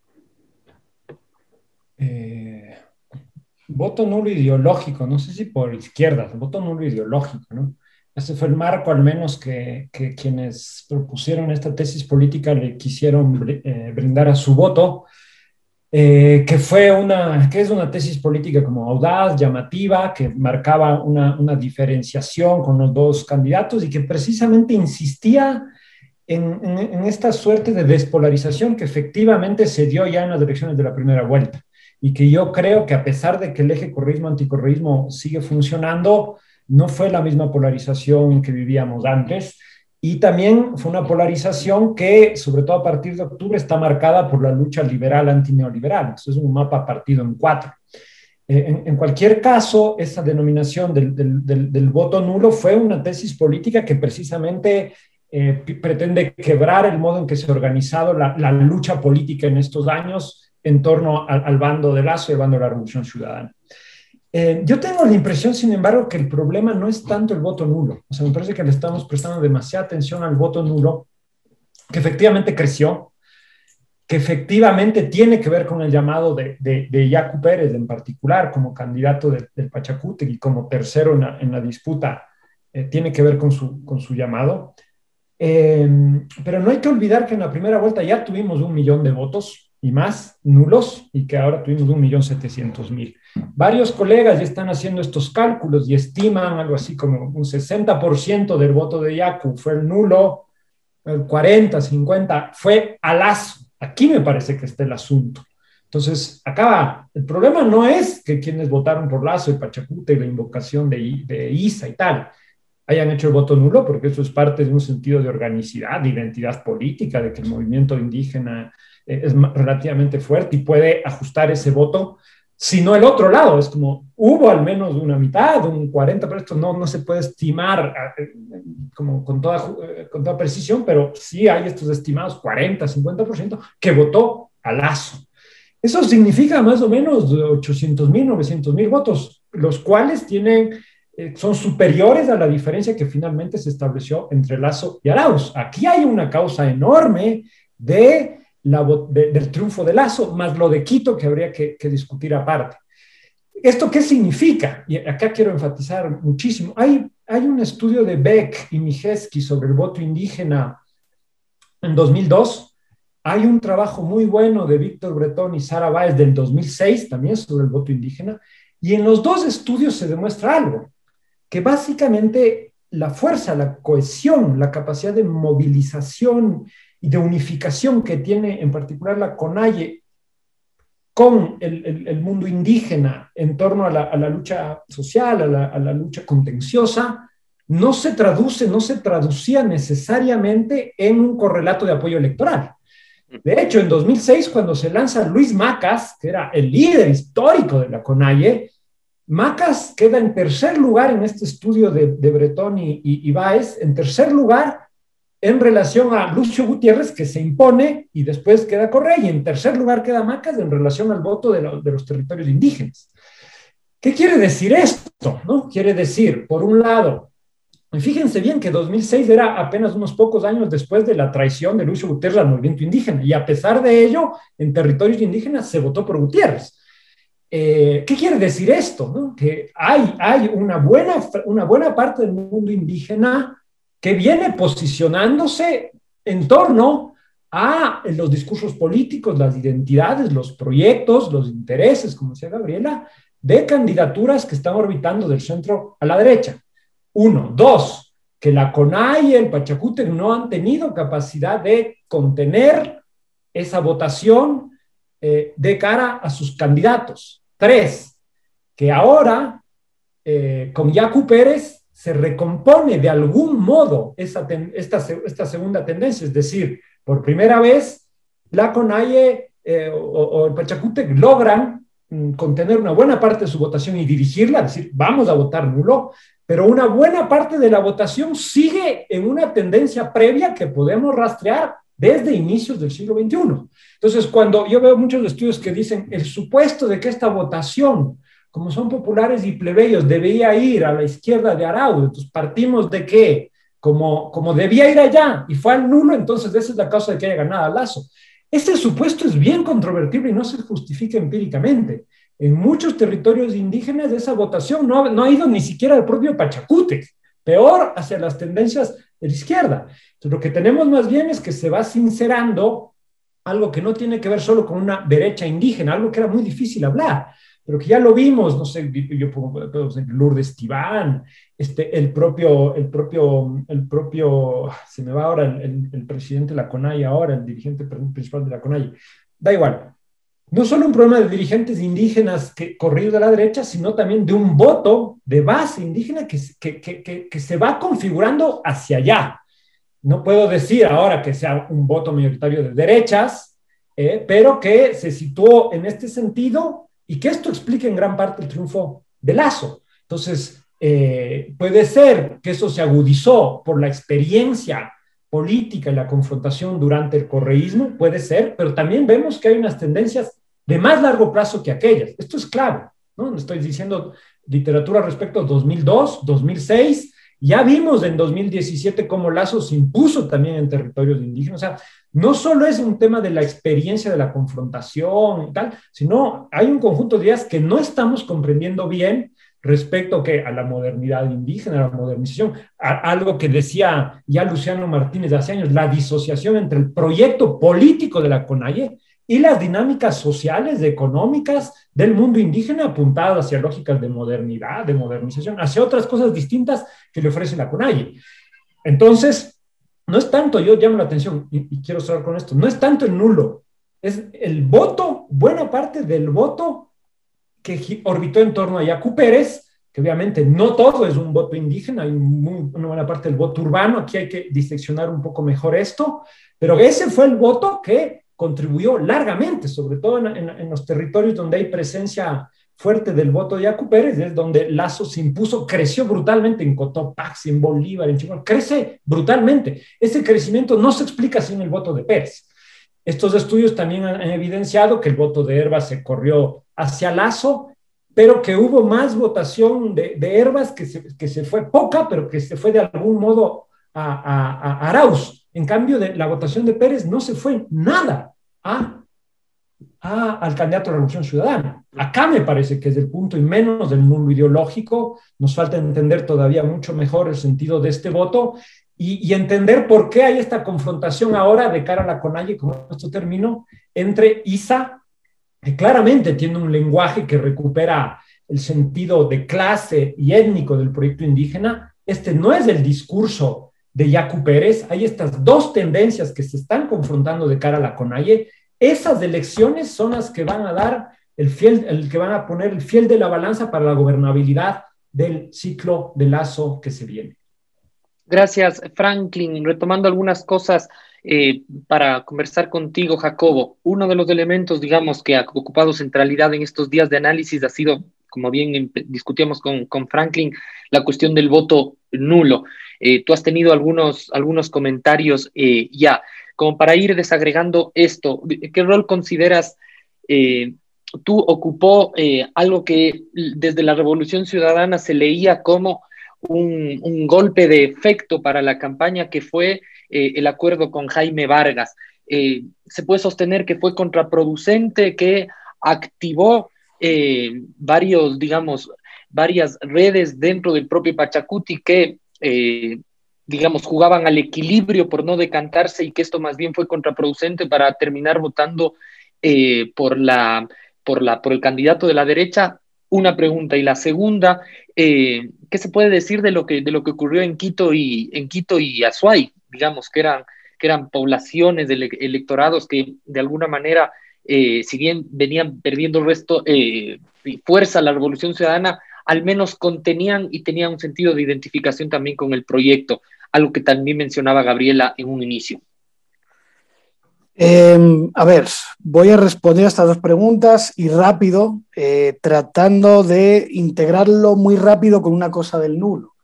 Voto nulo ideológico, no sé si por izquierdas, voto nulo ideológico, ¿no? Ese fue el marco, al menos, que quienes propusieron esta tesis política le quisieron brindar a su voto, que es una tesis política como audaz, llamativa, que marcaba una diferenciación con los dos candidatos y que precisamente insistía en esta suerte de despolarización que efectivamente se dio ya en las elecciones de la primera vuelta, y que yo creo que, a pesar de que el eje correísmo-anticorreísmo sigue funcionando, no fue la misma polarización que vivíamos antes, y también fue una polarización que, sobre todo a partir de octubre, está marcada por la lucha liberal antineoliberal. Eso es un mapa partido en 4. En cualquier caso, esa denominación del voto nulo fue una tesis política que precisamente pretende quebrar el modo en que se ha organizado la lucha política en estos años en torno al bando de Lasso y al bando de la Revolución Ciudadana. Yo tengo la impresión, sin embargo, que el problema no es tanto el voto nulo. O sea, me parece que le estamos prestando demasiada atención al voto nulo, que efectivamente creció, que efectivamente tiene que ver con el llamado de Yacu Pérez en particular como candidato del Pachacuti y como tercero en la disputa, tiene que ver con su llamado. Pero no hay que olvidar que en la primera vuelta ya tuvimos 1 millón de votos y más nulos, y que ahora tuvimos 1.700.000. Varios colegas ya están haciendo estos cálculos y estiman algo así como un 60% del voto de Yacu fue el nulo, el 40, 50 fue a Lasso. Aquí me parece que está el asunto. Entonces, acá el problema no es que quienes votaron por Lasso y Pachacuti y la invocación de ISA y tal hayan hecho el voto nulo, porque eso es parte de un sentido de organicidad, de identidad política, de que el movimiento indígena es relativamente fuerte y puede ajustar ese voto, sino el otro lado. Es como, hubo al menos una mitad, un 40%, pero esto no se puede estimar como con toda precisión, pero sí hay estos estimados 40, 50% que votó a Lasso. Eso significa más o menos 800.000, 900.000 votos, los cuales son superiores a la diferencia que finalmente se estableció entre Lasso y Arauz. Aquí hay una causa enorme del triunfo de Lasso, más lo de Quito, que habría que discutir aparte. ¿Esto qué significa? Y acá quiero enfatizar muchísimo. Hay un estudio de Beck y Mijeski sobre el voto indígena en 2002. Hay un trabajo muy bueno de Víctor Bretón y Sara Báez del 2006, también sobre el voto indígena. Y en los dos estudios se demuestra algo, que básicamente la fuerza, la cohesión, la capacidad de movilización y de unificación que tiene en particular la CONAIE con el mundo indígena en torno a la lucha social, a la lucha contenciosa, no se traducía necesariamente en un correlato de apoyo electoral. De hecho, en 2006, cuando se lanza Luis Macas, que era el líder histórico de la CONAIE, Macas queda en tercer lugar en este estudio de Bretón y Báez, en tercer lugar en relación a Lucio Gutiérrez, que se impone y después queda Correa, y en tercer lugar queda Macas en relación al voto de los territorios indígenas. ¿Qué quiere decir esto? ¿No? Quiere decir, por un lado, y fíjense bien que 2006 era apenas unos pocos años después de la traición de Lucio Gutiérrez al movimiento indígena, y a pesar de ello, en territorios indígenas se votó por Gutiérrez. ¿Qué quiere decir esto? ¿No? Que hay una buena parte del mundo indígena que viene posicionándose en torno a los discursos políticos, las identidades, los proyectos, los intereses, como decía Gabriela, de candidaturas que están orbitando del centro a la derecha. 1. 2, que la CONAIE y el Pachacuti no han tenido capacidad de contener esa votación de cara a sus candidatos. 3, que ahora con Yacu Pérez se recompone de algún modo esta segunda tendencia, es decir, por primera vez la CONAIE o el Pachacútec logran contener una buena parte de su votación y dirigirla, es decir, vamos a votar nulo, pero una buena parte de la votación sigue en una tendencia previa que podemos rastrear desde inicios del siglo XXI. Entonces, cuando yo veo muchos estudios que dicen el supuesto de que esta votación, como son populares y plebeyos, debía ir a la izquierda de Arauz, entonces partimos de que, como debía ir allá y fue al nulo, entonces esa es la causa de que haya ganado Lasso. Este supuesto es bien controvertible y no se justifica empíricamente. En muchos territorios indígenas esa votación no ha ido ni siquiera al propio Pachacútec, peor hacia las tendencias de la izquierda. Entonces, lo que tenemos más bien es que se va sincerando algo que no tiene que ver solo con una derecha indígena, algo que era muy difícil hablar, pero que ya lo vimos, no sé, yo puedo decir Lourdes Tibán, el propio, se me va ahora el presidente de la CONAIE ahora, el dirigente principal de la CONAIE, da igual. No solo un problema de dirigentes indígenas corridos de la derecha, sino también de un voto de base indígena que se va configurando hacia allá. No puedo decir ahora que sea un voto mayoritario de derechas, pero que se situó en este sentido y que esto explica en gran parte el triunfo de Lasso. Entonces, puede ser que eso se agudizó por la experiencia política y la confrontación durante el correísmo, puede ser, pero también vemos que hay unas tendencias de más largo plazo que aquellas. Esto es clave, ¿no? No estoy diciendo literatura respecto a 2002, 2006, ya vimos en 2017 cómo Lasso se impuso también en territorios indígenas. O sea, no solo es un tema de la experiencia de la confrontación y tal, sino hay un conjunto de ideas que no estamos comprendiendo bien respecto a la modernidad indígena, a la modernización, algo que decía ya Luciano Martínez hace años, la disociación entre el proyecto político de la CONAIE y las dinámicas sociales, económicas del mundo indígena apuntadas hacia lógicas de modernidad, de modernización, hacia otras cosas distintas que le ofrece la CONAIE. Entonces, no es tanto, yo llamo la atención y quiero cerrar con esto, no es tanto el nulo, es el voto, buena parte del voto que orbitó en torno a Yacu Pérez, que obviamente no todo es un voto indígena, hay una buena parte del voto urbano, aquí hay que diseccionar un poco mejor esto, pero ese fue el voto que contribuyó largamente, sobre todo en los territorios donde hay presencia fuerte del voto de Yacu Pérez, es donde Lasso se impuso, creció brutalmente en Cotopaxi, en Bolívar, en Chihuahua, crece brutalmente. Ese crecimiento no se explica sin el voto de Pérez. Estos estudios también han evidenciado que el voto de Herbas se corrió hacia Lasso, pero que hubo más votación de Herbas, que se fue poca, pero que se fue de algún modo a Arauz. En cambio, de la votación de Pérez no se fue nada al candidato a la Revolución Ciudadana. Acá me parece que es el punto y menos del nulo ideológico. Nos falta entender todavía mucho mejor el sentido de este voto y entender por qué hay esta confrontación ahora de cara a la CONAIE, como esto terminó, entre ISA, que claramente tiene un lenguaje que recupera el sentido de clase y étnico del proyecto indígena. Este no es el discurso de Yacu Pérez. Hay estas dos tendencias que se están confrontando de cara a la CONAIE. Esas elecciones son las que van a dar que van a poner el fiel de la balanza para la gobernabilidad del ciclo de Lasso que se viene. Gracias, Franklin. Retomando algunas cosas para conversar contigo, Jacobo. Uno de los elementos, digamos, que ha ocupado centralidad en estos días de análisis ha sido, como bien discutíamos con Franklin, la cuestión del voto nulo. Tú has tenido algunos comentarios ya. Como para ir desagregando esto, ¿qué rol consideras tú ocupó algo que desde la Revolución Ciudadana se leía como un golpe de efecto para la campaña, que fue el acuerdo con Jaime Vargas? Se puede sostener que fue contraproducente, que activó varias redes dentro del propio Pachacuti que jugaban al equilibrio por no decantarse, y que esto más bien fue contraproducente para terminar votando por el candidato de la derecha. Una pregunta. Y la segunda, ¿qué se puede decir de lo que ocurrió en Quito y Azuay? Digamos que que eran poblaciones de electorados que de alguna manera, si bien venían perdiendo fuerza la Revolución Ciudadana, al menos contenían y tenían un sentido de identificación también con el proyecto, algo que también mencionaba Gabriela en un inicio. A ver, voy a responder a estas dos preguntas y rápido, tratando de integrarlo muy rápido con una cosa del nulo.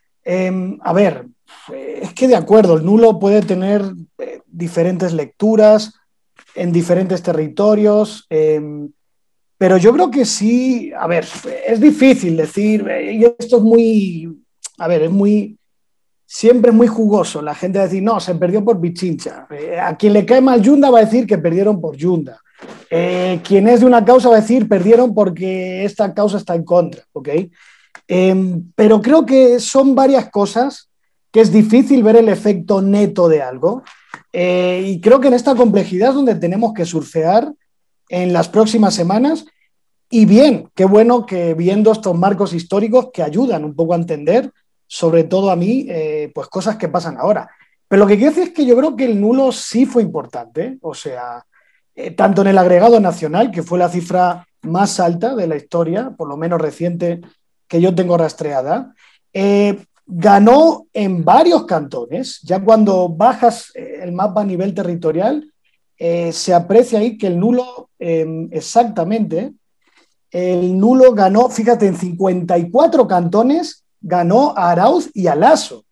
A ver, es que de acuerdo, el nulo puede tener diferentes lecturas en diferentes territorios, pero yo creo que sí, a ver, es difícil decir, y esto es muy, a ver, siempre es muy jugoso la gente va a decir, no, se perdió por Pichincha. A quien le cae mal Yunda va a decir que perdieron por Yunda. Quien es de una causa va a decir, perdieron porque esta causa está en contra, ¿ok? Pero creo que son varias cosas que es difícil ver el efecto neto de algo. Y creo que en esta complejidad es donde tenemos que surfear en las próximas semanas. Y bien, qué bueno que viendo estos marcos históricos que ayudan un poco a entender, sobre todo a mí, pues cosas que pasan ahora. Pero lo que quiero decir es que yo creo que el nulo sí fue importante, o sea, tanto en el agregado nacional, que fue la cifra más alta de la historia, por lo menos reciente que yo tengo rastreada, ganó en varios cantones. Ya cuando bajas el mapa a nivel territorial, se aprecia ahí que el nulo exactamente, el nulo ganó, fíjate, en 54 cantones, ganó a Arauz y a Lasso.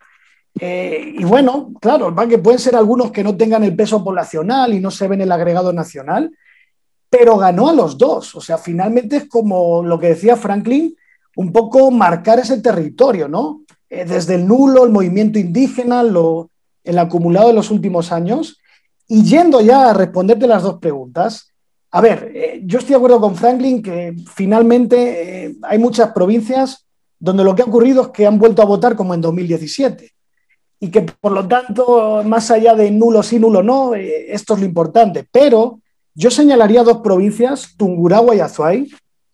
Y bueno, claro, que pueden ser algunos que no tengan el peso poblacional y no se ven el agregado nacional, pero ganó a los dos. O sea, finalmente es como lo que decía Franklin, un poco marcar ese territorio, ¿no? Desde el nulo, el movimiento indígena, el acumulado de los últimos años. Y yendo ya a responderte las dos preguntas, a ver, yo estoy de acuerdo con Franklin que finalmente hay muchas provincias donde lo que ha ocurrido es que han vuelto a votar como en 2017 y que por lo tanto, más allá de nulo sí, nulo no, esto es lo importante. Pero yo señalaría dos provincias, Tungurahua y Azuay.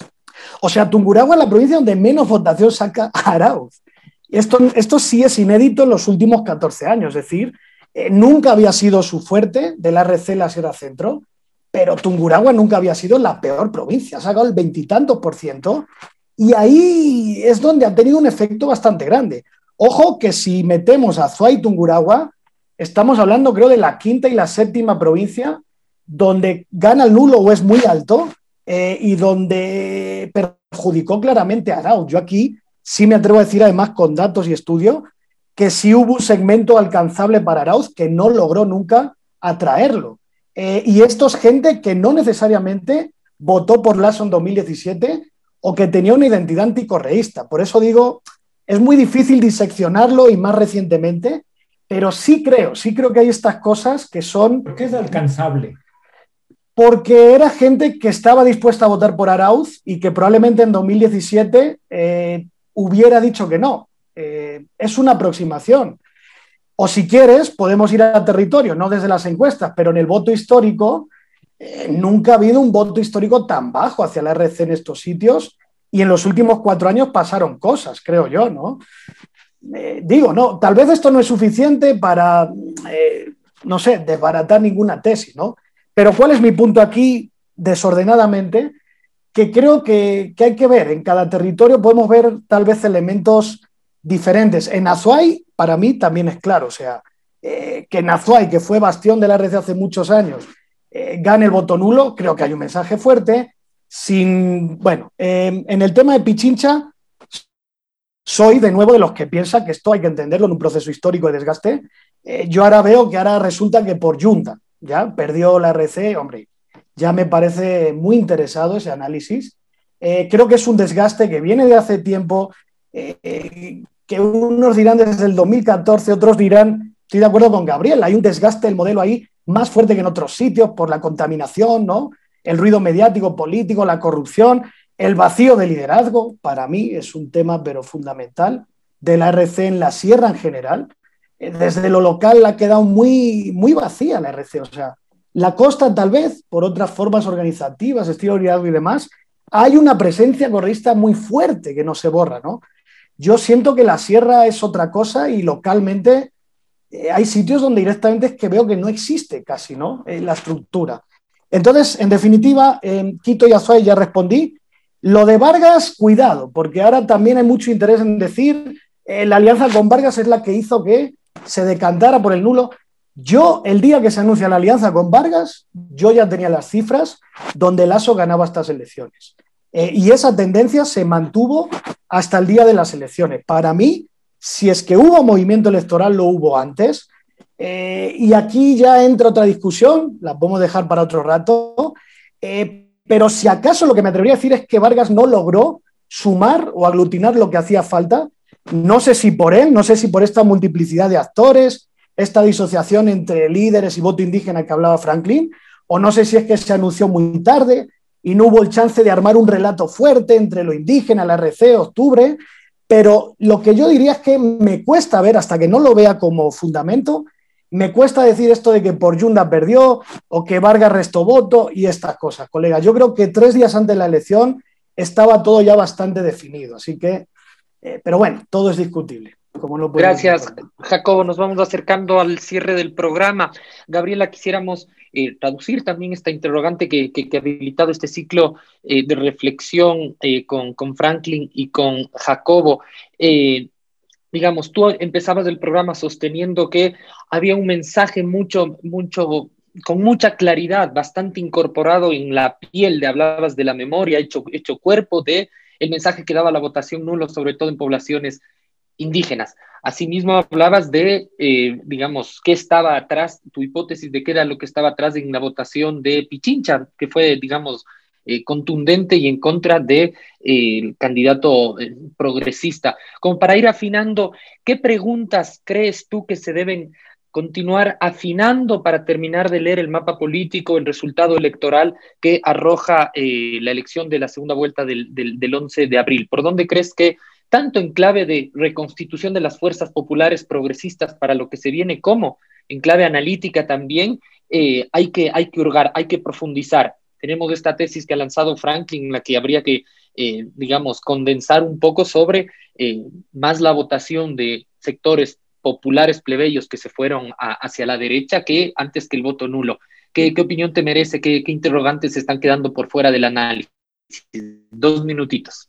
O sea, Tungurahua es la provincia donde menos votación saca Arauz. Esto sí es inédito en los últimos 14 años, es decir, nunca había sido su fuerte del ARC la Sierra Centro, pero Tungurahua nunca había sido la peor provincia, ha sacado el 20 y tantos %, y ahí es donde ha tenido un efecto bastante grande. Ojo que si metemos a Azuay y Tungurahua, estamos hablando creo de la quinta y la séptima provincia donde gana el nulo o es muy alto y donde perjudicó claramente a Arauz. Yo aquí sí me atrevo a decir, además con datos y estudio, que sí hubo un segmento alcanzable para Arauz que no logró nunca atraerlo. Y esto es gente que no necesariamente votó por Lasso en 2017 o que tenía una identidad anticorreísta. Por eso digo, es muy difícil diseccionarlo y más recientemente, pero sí creo que hay estas cosas que son... ¿Por qué es alcanzable? Porque era gente que estaba dispuesta a votar por Arauz y que probablemente en 2017 hubiera dicho que no. Es una aproximación. O si quieres, podemos ir a territorio, no desde las encuestas, pero en el voto histórico, nunca ha habido un voto histórico tan bajo hacia la RC en estos sitios y en los últimos 4 años pasaron cosas, creo yo, ¿no? No, tal vez esto no es suficiente para, no sé, desbaratar ninguna tesis, ¿no? Pero ¿cuál es mi punto aquí, desordenadamente? Que creo que hay que ver, en cada territorio podemos ver tal vez elementos diferentes. En Azuay, para mí, también es claro, o sea, que en Azuay, que fue bastión de la RC hace muchos años, gane el voto nulo, creo que hay un mensaje fuerte. En el tema de Pichincha, soy de nuevo de los que piensa que esto hay que entenderlo en un proceso histórico de desgaste. Yo ahora veo que ahora resulta que por Yunda, ya perdió la RC, hombre, ya me parece muy interesado ese análisis. Creo que es un desgaste que viene de hace tiempo, que unos dirán desde el 2014, otros dirán, estoy de acuerdo con Gabriel, hay un desgaste del modelo ahí más fuerte que en otros sitios por la contaminación, ¿no? El ruido mediático, político, la corrupción, el vacío de liderazgo, para mí es un tema pero fundamental de la RC en la sierra en general. Desde lo local ha quedado muy, muy vacía la RC, o sea, la costa tal vez, por otras formas organizativas, estilo de liderazgo y demás, hay una presencia correísta muy fuerte que no se borra, ¿no? Yo siento que la sierra es otra cosa y localmente hay sitios donde directamente es que veo que no existe casi, ¿no? La estructura. Entonces, en definitiva, Quito y Azuay ya respondí. Lo de Vargas, cuidado, porque ahora también hay mucho interés en decir la alianza con Vargas es la que hizo que se decantara por el nulo. Yo, el día que se anuncia la alianza con Vargas, yo ya tenía las cifras donde Lasso ganaba estas elecciones. Y esa tendencia se mantuvo hasta el día de las elecciones. Para mí, si es que hubo movimiento electoral, lo hubo antes. Y aquí ya entra otra discusión, la podemos dejar para otro rato. Pero si acaso lo que me atrevería a decir es que Vargas no logró sumar o aglutinar lo que hacía falta. No sé si por él, no sé si por esta multiplicidad de actores, esta disociación entre líderes y voto indígena que hablaba Franklin, o no sé si es que se anunció muy tarde y no hubo el chance de armar un relato fuerte entre lo indígena, la RC, octubre, pero lo que yo diría es que me cuesta ver, hasta que no lo vea como fundamento, me cuesta decir esto de que por Yunda perdió o que Vargas restó voto y estas cosas, colega. Yo creo que 3 días antes de la elección estaba todo ya bastante definido, así que, pero bueno, todo es discutible. Como no Gracias, Jacobo. Nos vamos acercando al cierre del programa. Gabriela, quisiéramos traducir también esta interrogante que ha habilitado este ciclo de reflexión con Franklin y con Jacobo. Digamos, tú empezabas el programa sosteniendo que había un mensaje con mucha claridad, bastante incorporado en la piel, hablabas de la memoria, hecho cuerpo de el mensaje que daba la votación nulo, sobre todo en poblaciones indígenas. Asimismo, hablabas de, digamos, qué estaba atrás, tu hipótesis de qué era lo que estaba atrás en la votación de Pichincha, que fue, digamos, contundente y en contra de el candidato progresista. Como para ir afinando, ¿qué preguntas crees tú que se deben continuar afinando para terminar de leer el mapa político, el resultado electoral que arroja la elección de la segunda vuelta del 11 de abril? ¿Por dónde crees que tanto en clave de reconstitución de las fuerzas populares progresistas para lo que se viene, como en clave analítica también, hay que hurgar, hay que profundizar? Tenemos esta tesis que ha lanzado Franklin, en la que habría que, digamos, condensar un poco sobre más la votación de sectores populares plebeyos que se fueron hacia la derecha que antes que el voto nulo. ¿Qué opinión te merece? ¿Qué interrogantes se están quedando por fuera del análisis? 2 minutitos.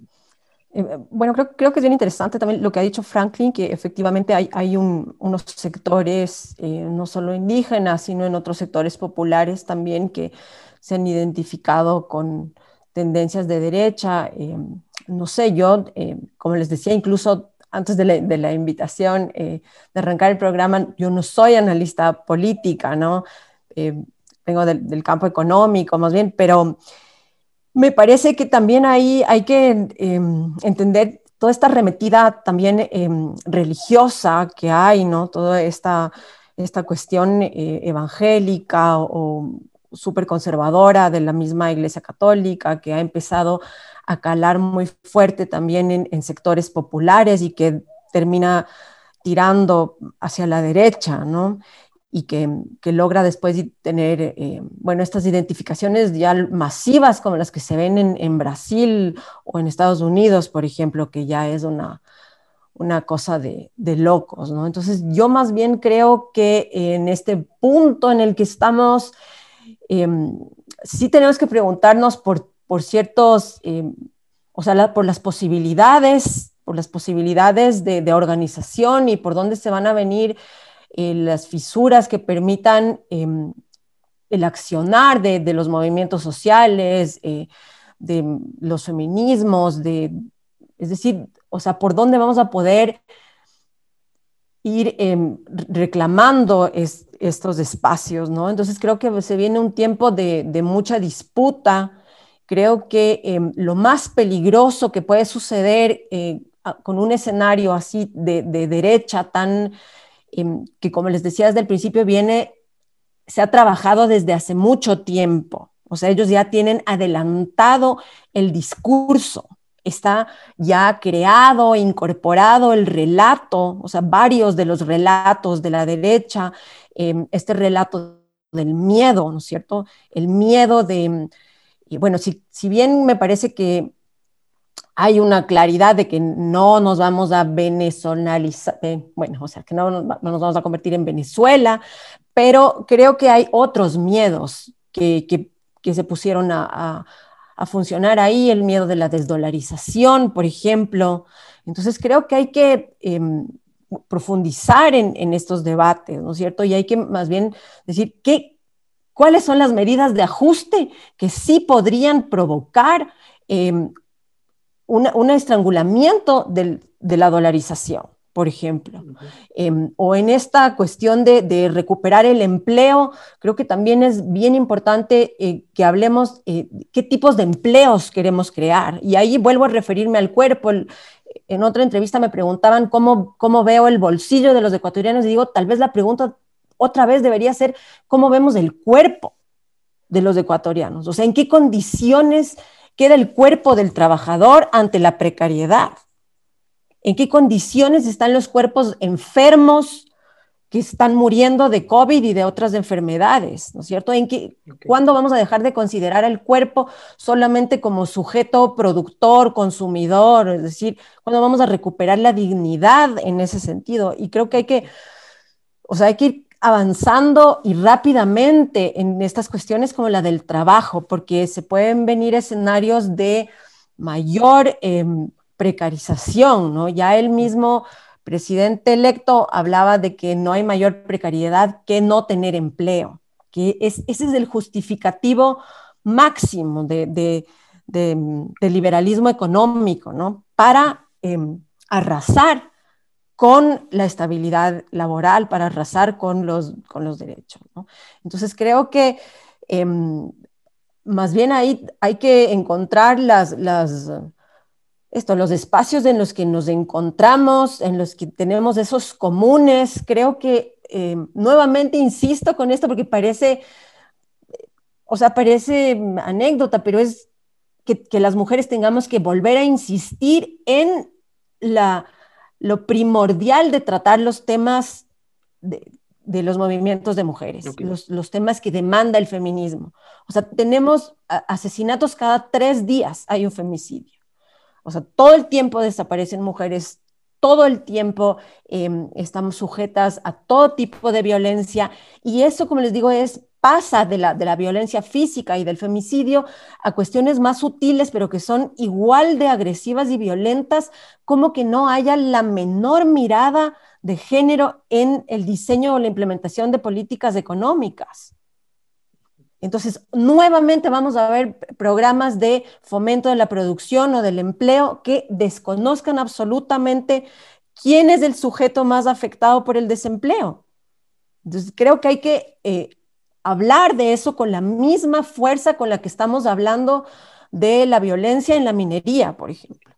Bueno, creo que es bien interesante también lo que ha dicho Franklin, que efectivamente hay unos sectores, no solo indígenas, sino en otros sectores populares también, que se han identificado con tendencias de derecha. No sé, yo, como les decía, incluso antes de la invitación de arrancar el programa, yo no soy analista política, ¿no? Vengo del campo económico más bien, pero me parece que también ahí hay que entender toda esta arremetida también religiosa que hay, ¿no? Toda esta cuestión evangélica o súper conservadora de la misma Iglesia Católica, que ha empezado a calar muy fuerte también en sectores populares y que termina tirando hacia la derecha, ¿no? Y que logra después tener, bueno, estas identificaciones ya masivas como las que se ven en Brasil o en Estados Unidos, por ejemplo, que ya es una cosa de locos, ¿no? Entonces yo más bien creo que en este punto en el que estamos, sí tenemos que preguntarnos por ciertos, o sea, por las posibilidades de organización y por dónde se van a venir las fisuras que permitan el accionar de los movimientos sociales, de los feminismos, es decir, o sea, por dónde vamos a poder ir reclamando estos espacios, ¿no? Entonces creo que se viene un tiempo de mucha disputa. Creo que lo más peligroso que puede suceder con un escenario así de derecha tan que, como les decía desde el principio, se ha trabajado desde hace mucho tiempo. O sea, ellos ya tienen adelantado el discurso, está ya creado, incorporado el relato, o sea, varios de los relatos de la derecha, este relato del miedo, ¿no es cierto? El miedo y bueno, si bien me parece que hay una claridad de que no nos vamos a venezolizar, bueno, o sea, que no nos vamos a convertir en Venezuela, pero creo que hay otros miedos que se pusieron a funcionar ahí, el miedo de la desdolarización, por ejemplo. Entonces creo que hay que profundizar en estos debates, ¿no es cierto? Y hay que más bien decir cuáles son las medidas de ajuste que sí podrían provocar un estrangulamiento de la dolarización, por ejemplo. O en esta cuestión de recuperar el empleo, creo que también es bien importante que hablemos qué tipos de empleos queremos crear. Y ahí vuelvo a referirme al cuerpo. En otra entrevista me preguntaban cómo veo el bolsillo de los ecuatorianos y digo, tal vez la pregunta otra vez debería ser cómo vemos el cuerpo de los ecuatorianos. O sea, en qué condiciones queda el cuerpo del trabajador ante la precariedad. ¿En qué condiciones están los cuerpos enfermos que están muriendo de COVID y de otras enfermedades? ¿No es cierto? ¿Cuándo vamos a dejar de considerar al cuerpo solamente como sujeto productor, consumidor? Es decir, ¿cuándo vamos a recuperar la dignidad en ese sentido? Y creo que hay que ir avanzando y rápidamente en estas cuestiones como la del trabajo, porque se pueden venir escenarios de mayor precarización, ¿no? Ya el mismo presidente electo hablaba de que no hay mayor precariedad que no tener empleo, que ese es el justificativo máximo de liberalismo económico, ¿no? Para arrasar con la estabilidad laboral, para arrasar con los derechos, ¿no? Entonces creo que más bien ahí hay que encontrar los espacios en los que nos encontramos, en los que tenemos esos comunes. Creo que nuevamente insisto con esto porque parece anécdota, pero es que las mujeres tengamos que volver a insistir en lo primordial de tratar los temas de los movimientos de mujeres, okay, los temas que demanda el feminismo. O sea, tenemos asesinatos cada 3 días, hay un femicidio. O sea, todo el tiempo desaparecen mujeres, todo el tiempo estamos sujetas a todo tipo de violencia, y eso, como les digo, pasa de la violencia física y del femicidio a cuestiones más sutiles, pero que son igual de agresivas y violentas, como que no haya la menor mirada de género en el diseño o la implementación de políticas económicas. Entonces, nuevamente vamos a ver programas de fomento de la producción o del empleo que desconozcan absolutamente quién es el sujeto más afectado por el desempleo. Entonces, creo que hay que hablar de eso con la misma fuerza con la que estamos hablando de la violencia en la minería, por ejemplo.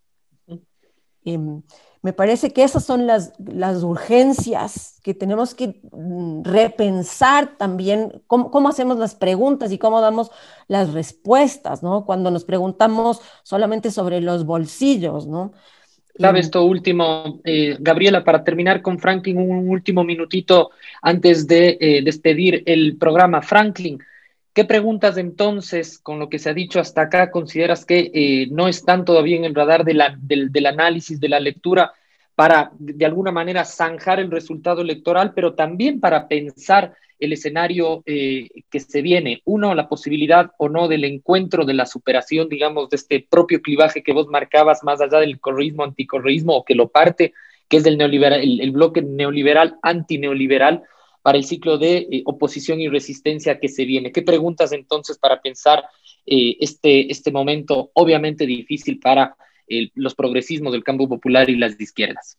Me parece que esas son las urgencias que tenemos que repensar también, cómo hacemos las preguntas y cómo damos las respuestas, ¿no? Cuando nos preguntamos solamente sobre los bolsillos, ¿no? Clave esto último, Gabriela, para terminar con Franklin, un último minutito antes de despedir el programa. Franklin, ¿qué preguntas entonces, con lo que se ha dicho hasta acá, consideras que no están todavía en el radar del análisis, de la lectura, para de alguna manera zanjar el resultado electoral, pero también para pensar el escenario que se viene? Uno, la posibilidad o no del encuentro, de la superación, digamos, de este propio clivaje que vos marcabas, más allá del correísmo, anticorreísmo, o que lo parte, que es del neoliberal, el bloque neoliberal, antineoliberal, para el ciclo de oposición y resistencia que se viene. ¿Qué preguntas entonces para pensar este momento obviamente difícil para los progresismos del campo popular y las de izquierdas?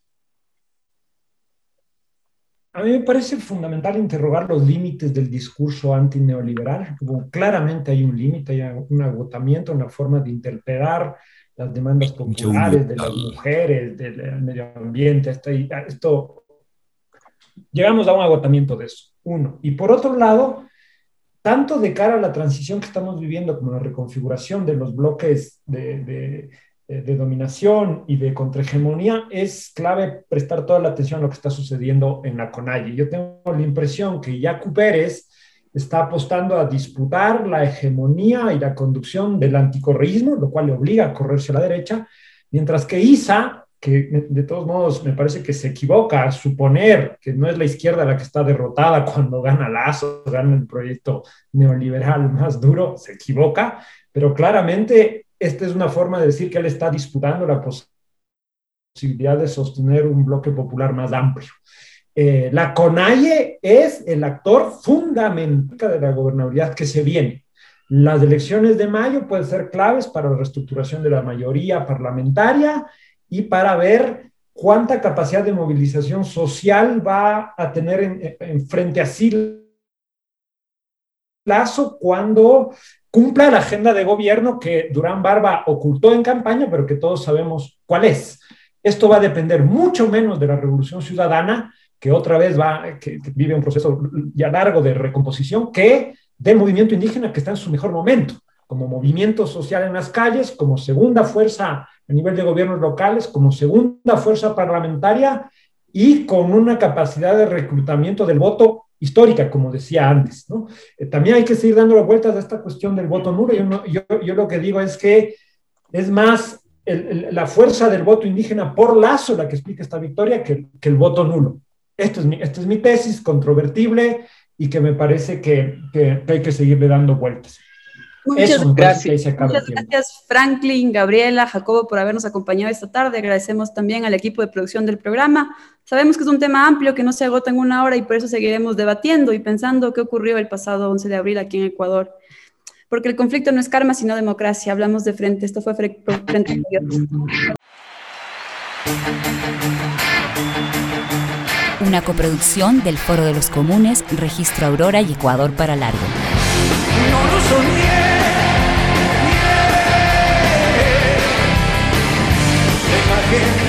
A mí me parece fundamental interrogar los límites del discurso antineoliberal. Claramente hay un límite, hay un agotamiento, una forma de interpretar las demandas populares de las mujeres, del medio ambiente. Esto llegamos a un agotamiento de eso, uno. Y por otro lado, tanto de cara a la transición que estamos viviendo como la reconfiguración de los bloques de dominación y de contrahegemonía, es clave prestar toda la atención a lo que está sucediendo en la CONAIE. Yo tengo la impresión que Yacu Pérez está apostando a disputar la hegemonía y la conducción del anticorreísmo, lo cual le obliga a correrse a la derecha, Mientras que ISA, que de todos modos me parece que se equivoca al suponer que no es la izquierda la que está derrotada cuando gana Lasso, gana el proyecto neoliberal más duro, se equivoca, pero claramente esta es una forma de decir que él está disputando la posibilidad de sostener un bloque popular más amplio. La CONAIE es el actor fundamental de la gobernabilidad que se viene. Las elecciones de mayo pueden ser claves para la reestructuración de la mayoría parlamentaria y para ver cuánta capacidad de movilización social va a tener en frente a sí Lasso cuando cumpla la agenda de gobierno que Durán Barba ocultó en campaña, pero que todos sabemos cuál es. Esto va a depender mucho menos de la Revolución Ciudadana, que otra vez que vive un proceso ya largo de recomposición, que del movimiento indígena que está en su mejor momento, como movimiento social en las calles, como segunda fuerza a nivel de gobiernos locales, como segunda fuerza parlamentaria y con una capacidad de reclutamiento del voto histórica, como decía antes, ¿no? También hay que seguir dando vueltas a esta cuestión del voto nulo. Yo lo que digo es que es más la fuerza del voto indígena por Lasso la que explica esta victoria que el voto nulo. Esta es mi tesis controvertible y que me parece que hay que seguirle dando vueltas. Muchas gracias, Franklin, Gabriela, Jacobo, por habernos acompañado esta tarde. Agradecemos también al equipo de producción del programa. Sabemos que es un tema amplio que no se agota en una hora y por eso seguiremos debatiendo y pensando qué ocurrió el pasado 11 de abril aquí en Ecuador. Porque el conflicto no es karma, sino democracia. Hablamos de frente. Esto fue Frente Patriotas. Una coproducción del Foro de los Comunes, Registro Aurora y Ecuador para Largo. No lo soñé. Deja que